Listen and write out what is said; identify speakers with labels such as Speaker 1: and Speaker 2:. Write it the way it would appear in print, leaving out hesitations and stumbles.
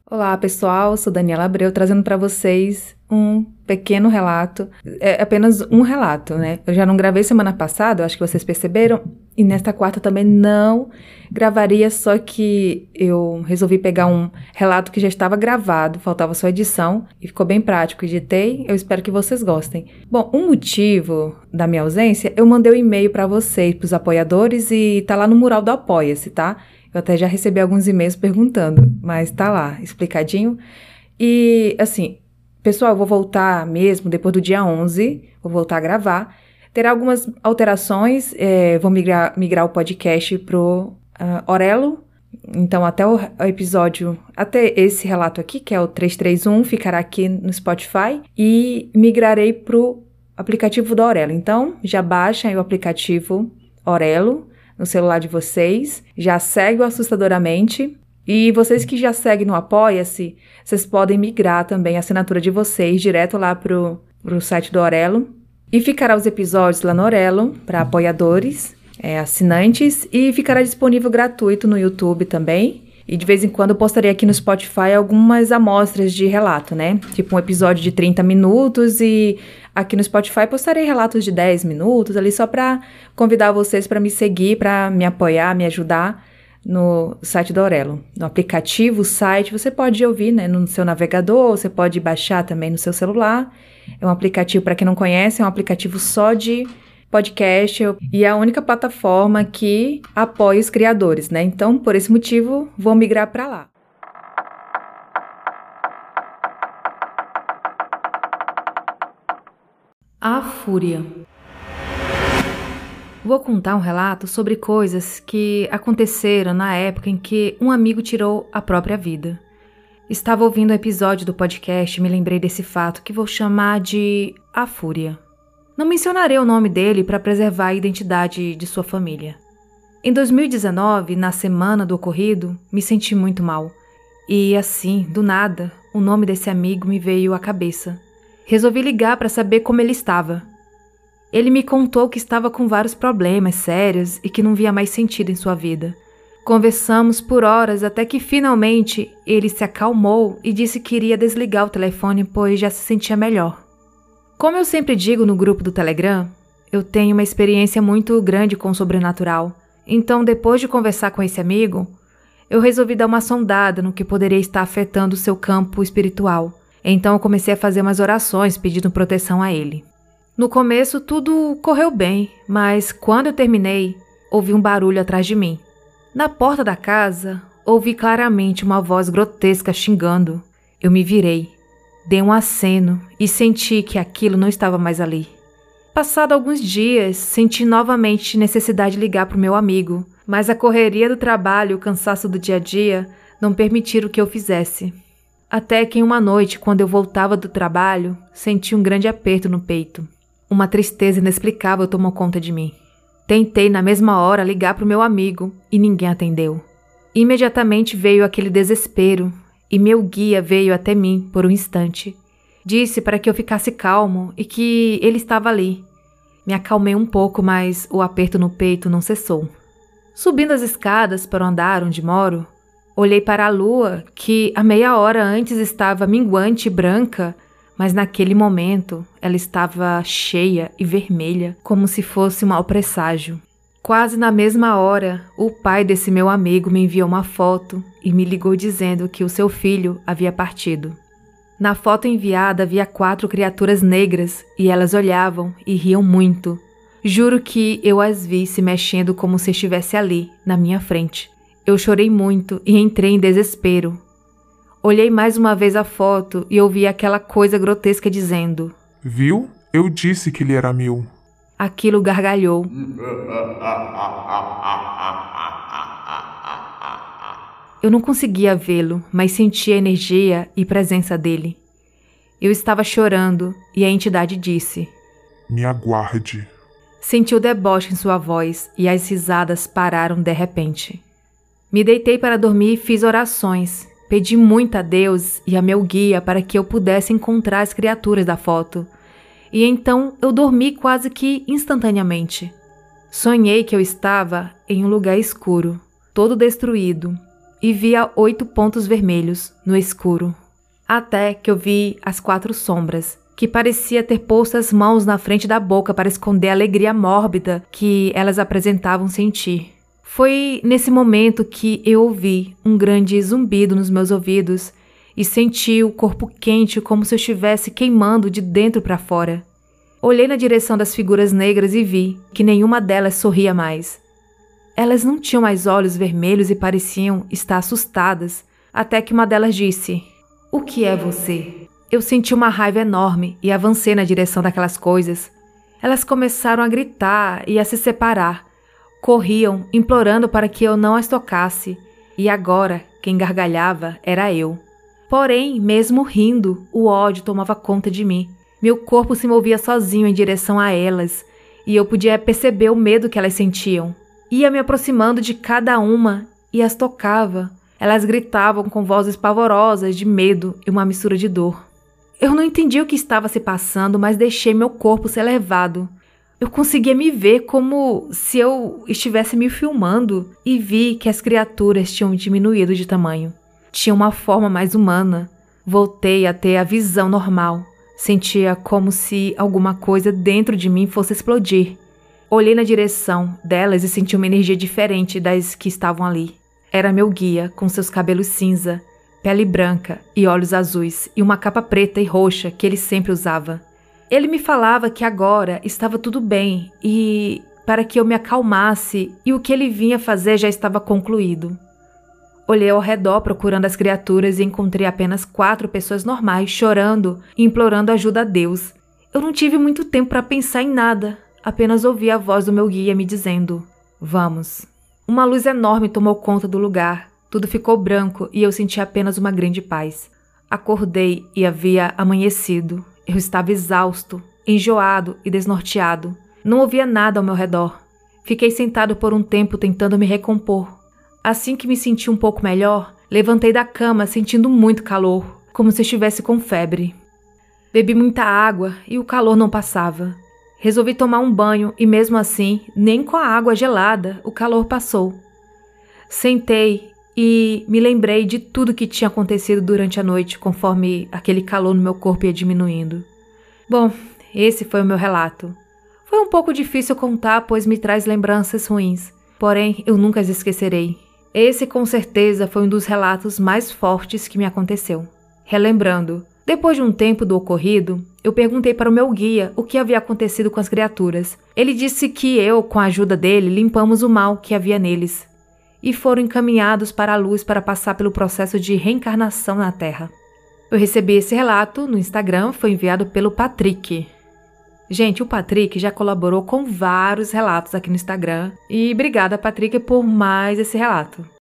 Speaker 1: Olá, pessoal, sou Daniela Abreu, trazendo para vocês um pequeno relato. É apenas um relato, né? Eu já não gravei semana passada, eu acho que vocês perceberam, e nesta quarta também não gravaria, só que eu resolvi pegar um relato que já estava gravado, faltava só edição, e ficou bem prático, editei, eu espero que vocês gostem. Bom, o motivo da minha ausência, eu mandei um e-mail para vocês, para os apoiadores, e tá lá no mural do Apoia-se, tá? Eu até já recebi alguns e-mails perguntando, mas tá lá, explicadinho. E, assim, pessoal, eu vou voltar mesmo depois do dia 11, vou voltar a gravar. Terá algumas alterações, vou migrar o podcast pro Orelo. Então, até o episódio, até esse relato aqui, que é o 331, ficará aqui no Spotify. E migrarei pro aplicativo do Orelo. Então, já baixa aí o aplicativo Orelo no celular de vocês, já segue o Assustadoramente, e vocês que já seguem no Apoia-se, vocês podem migrar também a assinatura de vocês direto lá pro site do Orelo, e ficará os episódios lá no Orelo, para apoiadores, assinantes, e ficará disponível gratuito no YouTube também, e de vez em quando eu postarei aqui no Spotify algumas amostras de relato, né? Tipo um episódio de 30 minutos e aqui no Spotify postarei relatos de 10 minutos ali só para convidar vocês para me seguir, para me apoiar, me ajudar no site do Orelo. No aplicativo, o site, você pode ouvir, né, no seu navegador, você pode baixar também no seu celular. É um aplicativo, para quem não conhece, é um aplicativo só de podcast e é a única plataforma que apoia os criadores, né? Então, por esse motivo, vou migrar para lá. A Fúria. Vou contar um relato sobre coisas que aconteceram na época em que um amigo tirou a própria vida. Estava ouvindo um episódio do podcast e me lembrei desse fato que vou chamar de A Fúria. Não mencionarei o nome dele para preservar a identidade de sua família. Em 2019, na semana do ocorrido, me senti muito mal. E assim, do nada, o nome desse amigo me veio à cabeça. Resolvi ligar para saber como ele estava. Ele me contou que estava com vários problemas sérios e que não via mais sentido em sua vida. Conversamos por horas até que finalmente ele se acalmou e disse que iria desligar o telefone pois já se sentia melhor. Como eu sempre digo no grupo do Telegram, eu tenho uma experiência muito grande com o sobrenatural. Então, depois de conversar com esse amigo, eu resolvi dar uma sondada no que poderia estar afetando o seu campo espiritual. Então, eu comecei a fazer umas orações pedindo proteção a ele. No começo, tudo correu bem, mas quando eu terminei, ouvi um barulho atrás de mim. Na porta da casa, ouvi claramente uma voz grotesca xingando. Eu me virei. Dei um aceno e senti que aquilo não estava mais ali. Passado alguns dias, senti novamente necessidade de ligar para o meu amigo, mas a correria do trabalho e o cansaço do dia a dia não permitiram que eu fizesse. Até que em uma noite, quando eu voltava do trabalho, senti um grande aperto no peito. Uma tristeza inexplicável tomou conta de mim. Tentei na mesma hora ligar para o meu amigo e ninguém atendeu. Imediatamente veio aquele desespero. E meu guia veio até mim por um instante. Disse para que eu ficasse calmo e que ele estava ali. Me acalmei um pouco, mas o aperto no peito não cessou. Subindo as escadas para o andar onde moro, olhei para a lua, que há meia hora antes estava minguante e branca, mas naquele momento ela estava cheia e vermelha, como se fosse um mau presságio. Quase na mesma hora, o pai desse meu amigo me enviou uma foto e me ligou dizendo que o seu filho havia partido. Na foto enviada havia 4 criaturas negras e elas olhavam e riam muito. Juro que eu as vi se mexendo como se estivesse ali, na minha frente. Eu chorei muito e entrei em desespero. Olhei mais uma vez a foto e ouvi aquela coisa grotesca dizendo:
Speaker 2: "Viu? Eu disse que ele era meu."
Speaker 1: Aquilo gargalhou. Eu não conseguia vê-lo, mas sentia a energia e presença dele. Eu estava chorando e a entidade disse:
Speaker 2: "Me aguarde."
Speaker 1: Senti o deboche em sua voz e as risadas pararam de repente. Me deitei para dormir e fiz orações. Pedi muito a Deus e a meu guia para que eu pudesse encontrar as criaturas da foto. E então eu dormi quase que instantaneamente. Sonhei que eu estava em um lugar escuro, todo destruído, e via 8 pontos vermelhos no escuro. Até que eu vi as 4 sombras, que parecia ter posto as mãos na frente da boca para esconder a alegria mórbida que elas apresentavam sentir. Foi nesse momento que eu ouvi um grande zumbido nos meus ouvidos e senti o corpo quente como se eu estivesse queimando de dentro para fora. Olhei na direção das figuras negras e vi que nenhuma delas sorria mais. Elas não tinham mais olhos vermelhos e pareciam estar assustadas, até que uma delas disse: "O que é você?" Eu senti uma raiva enorme e avancei na direção daquelas coisas. Elas começaram a gritar e a se separar. Corriam, implorando para que eu não as tocasse, e agora quem gargalhava era eu. Porém, mesmo rindo, o ódio tomava conta de mim. Meu corpo se movia sozinho em direção a elas, e eu podia perceber o medo que elas sentiam. Ia me aproximando de cada uma e as tocava. Elas gritavam com vozes pavorosas de medo e uma mistura de dor. Eu não entendi o que estava se passando, mas deixei meu corpo ser levado. Eu conseguia me ver como se eu estivesse me filmando e vi que as criaturas tinham diminuído de tamanho. Tinham uma forma mais humana. Voltei a ter a visão normal. Sentia como se alguma coisa dentro de mim fosse explodir. Olhei na direção delas e senti uma energia diferente das que estavam ali. Era meu guia, com seus cabelos cinza, pele branca e olhos azuis, e uma capa preta e roxa que ele sempre usava. Ele me falava que agora estava tudo bem e para que eu me acalmasse, e o que ele vinha fazer já estava concluído. Olhei ao redor procurando as criaturas e encontrei apenas 4 pessoas normais chorando e implorando ajuda a Deus. Eu não tive muito tempo para pensar em nada, apenas ouvi a voz do meu guia me dizendo: "Vamos." Uma luz enorme tomou conta do lugar, tudo ficou branco e eu senti apenas uma grande paz. Acordei e havia amanhecido. Eu estava exausto, enjoado e desnorteado. Não ouvia nada ao meu redor. Fiquei sentado por um tempo tentando me recompor. Assim que me senti um pouco melhor, levantei da cama sentindo muito calor, como se estivesse com febre. Bebi muita água e o calor não passava. Resolvi tomar um banho e mesmo assim, nem com a água gelada, o calor passou. Sentei e me lembrei de tudo que tinha acontecido durante a noite, conforme aquele calor no meu corpo ia diminuindo. Bom, esse foi o meu relato. Foi um pouco difícil contar, pois me traz lembranças ruins, porém eu nunca as esquecerei. Esse com certeza foi um dos relatos mais fortes que me aconteceu. Relembrando, depois de um tempo do ocorrido, eu perguntei para o meu guia o que havia acontecido com as criaturas. Ele disse que eu, com a ajuda dele, limpamos o mal que havia neles e foram encaminhados para a luz para passar pelo processo de reencarnação na Terra. Eu recebi esse relato no Instagram, foi enviado pelo Patrick. Gente, o Patrick já colaborou com vários relatos aqui no Instagram e obrigada, Patrick, por mais esse relato.